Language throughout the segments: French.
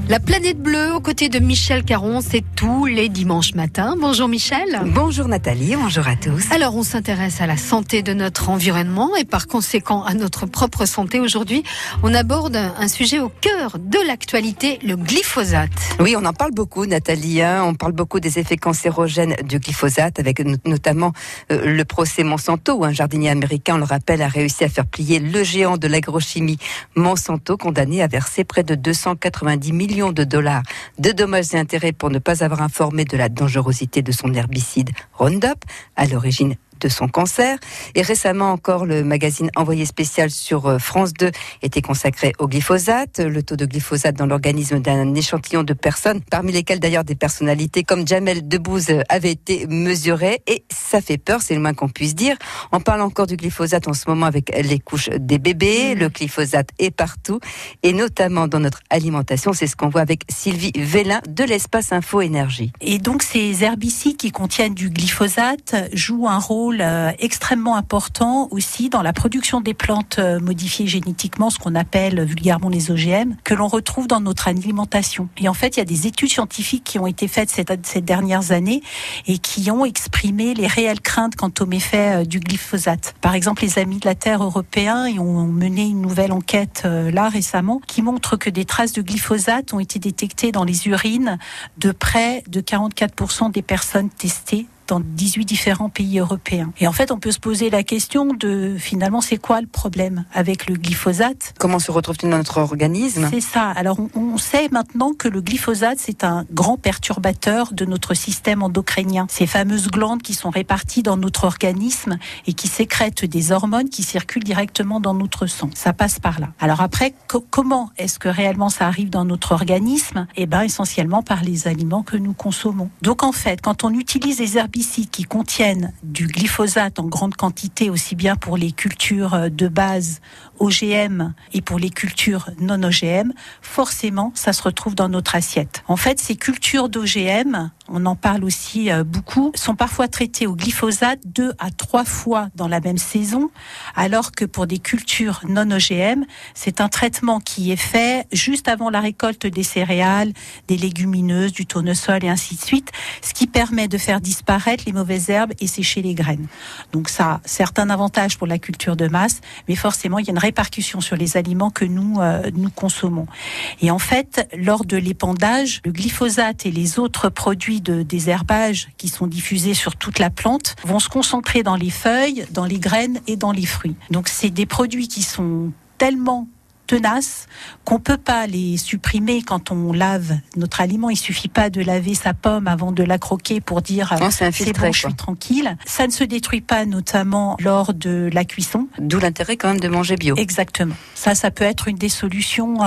La planète bleue aux côtés de Michel Caron, c'est tous les dimanches matins. Bonjour Michel. Bonjour Nathalie, bonjour à tous. Alors on s'intéresse à la santé de notre environnement et par conséquent à notre propre santé. Aujourd'hui, on aborde un sujet au cœur de l'actualité, le glyphosate. Oui, on en parle beaucoup Nathalie, on parle beaucoup des effets cancérogènes du glyphosate avec notamment le procès Monsanto où un jardinier américain, on le rappelle, a réussi à faire plier le géant de l'agrochimie Monsanto, condamné à verser près de 290 millions de dollars de dommages et intérêts pour ne pas avoir informé de la dangerosité de son herbicide Roundup, à l'origine de son cancer. Et récemment encore, le magazine Envoyé spécial sur France 2 était consacré au glyphosate. Le taux de glyphosate dans l'organisme d'un échantillon de personnes, parmi lesquelles d'ailleurs des personnalités comme Jamel Debbouze avait été mesuré. Et ça fait peur, c'est le moins qu'on puisse dire. On parle encore du glyphosate en ce moment avec les couches des bébés. Le glyphosate est partout et notamment dans notre alimentation. C'est ce qu'on voit avec Sylvie Vélin de l'Espace Info Énergie. Et donc ces herbicides qui contiennent du glyphosate jouent un rôle extrêmement important aussi dans la production des plantes modifiées génétiquement, ce qu'on appelle vulgairement les OGM, que l'on retrouve dans notre alimentation. Et en fait, il y a des études scientifiques qui ont été faites ces dernières années et qui ont exprimé les réelles craintes quant aux méfaits du glyphosate. Par exemple, les Amis de la Terre européens ont mené une nouvelle enquête là récemment qui montre que des traces de glyphosate ont été détectées dans les urines de près de 44% des personnes testées dans 18 différents pays européens. Et en fait, on peut se poser la question de, finalement, c'est quoi le problème avec le glyphosate ? Comment se retrouve-t-il dans notre organisme ? C'est ça. Alors, on sait maintenant que le glyphosate, c'est un grand perturbateur de notre système endocrinien. Ces fameuses glandes qui sont réparties dans notre organisme et qui sécrètent des hormones qui circulent directement dans notre sang. Ça passe par là. Alors après, comment est-ce que réellement ça arrive dans notre organisme ? Eh bien, essentiellement par les aliments que nous consommons. Donc, en fait, quand on utilise des herbicides qui contiennent du glyphosate en grande quantité, aussi bien pour les cultures de base OGM et pour les cultures non OGM, forcément, ça se retrouve dans notre assiette. En fait, ces cultures d'OGM, on en parle aussi beaucoup, sont parfois traitées au glyphosate 2 à 3 fois dans la même saison, alors que pour des cultures non OGM, c'est un traitement qui est fait juste avant la récolte des céréales, des légumineuses, du tournesol et ainsi de suite, ce qui permet de faire disparaître les mauvaises herbes et sécher les graines. Donc ça a certains avantages pour la culture de masse, mais forcément il y a une répercussion sur les aliments que nous consommons. Et en fait, lors de l'épandage, le glyphosate et les autres produits de désherbage qui sont diffusés sur toute la plante vont se concentrer dans les feuilles, dans les graines et dans les fruits. Donc c'est des produits qui sont tellement tenaces qu'on peut pas les supprimer quand on lave notre aliment. Il suffit pas de laver sa pomme avant de la croquer pour dire c'est bon, je suis tranquille. Ça ne se détruit pas notamment lors de la cuisson. D'où l'intérêt quand même de manger bio. Exactement. Ça peut être une des solutions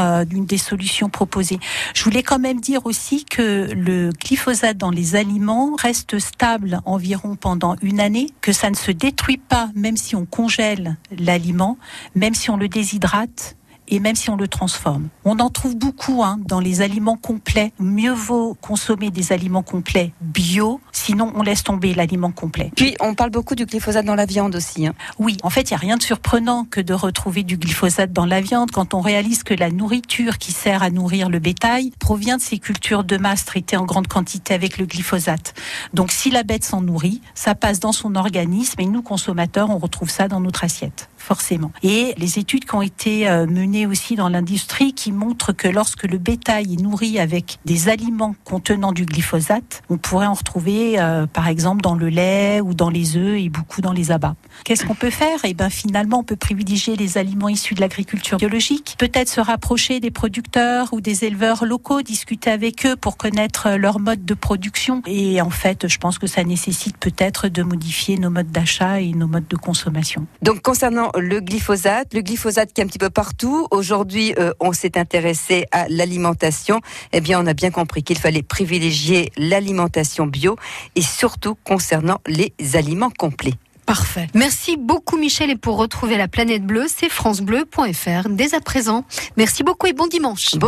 proposées. Je voulais quand même dire aussi que le glyphosate dans les aliments reste stable environ pendant une année, que ça ne se détruit pas même si on congèle l'aliment, même si on le déshydrate, et même si on le transforme. On en trouve beaucoup dans les aliments complets. Mieux vaut consommer des aliments complets bio, sinon on laisse tomber l'aliment complet. Puis on parle beaucoup du glyphosate dans la viande aussi. Oui, en fait, il n'y a rien de surprenant que de retrouver du glyphosate dans la viande quand on réalise que la nourriture qui sert à nourrir le bétail provient de ces cultures de masse traitées en grande quantité avec le glyphosate. Donc si la bête s'en nourrit, ça passe dans son organisme et nous, consommateurs, on retrouve ça dans notre assiette, forcément. Et les études qui ont été menées aussi dans l'industrie qui montrent que lorsque le bétail est nourri avec des aliments contenant du glyphosate, on pourrait en retrouver par exemple dans le lait ou dans les œufs et beaucoup dans les abats. Qu'est-ce qu'on peut faire ? Eh bien finalement, on peut privilégier les aliments issus de l'agriculture biologique, peut-être se rapprocher des producteurs ou des éleveurs locaux, discuter avec eux pour connaître leur mode de production. Et en fait, je pense que ça nécessite peut-être de modifier nos modes d'achat et nos modes de consommation. Donc concernant le glyphosate qui est un petit peu partout, aujourd'hui on s'est intéressé à l'alimentation. Eh bien on a bien compris qu'il fallait privilégier l'alimentation bio et surtout concernant les aliments complets. Parfait. Merci beaucoup Michel, et pour retrouver la planète bleue, c'est francebleu.fr dès à présent. Merci beaucoup et bon dimanche.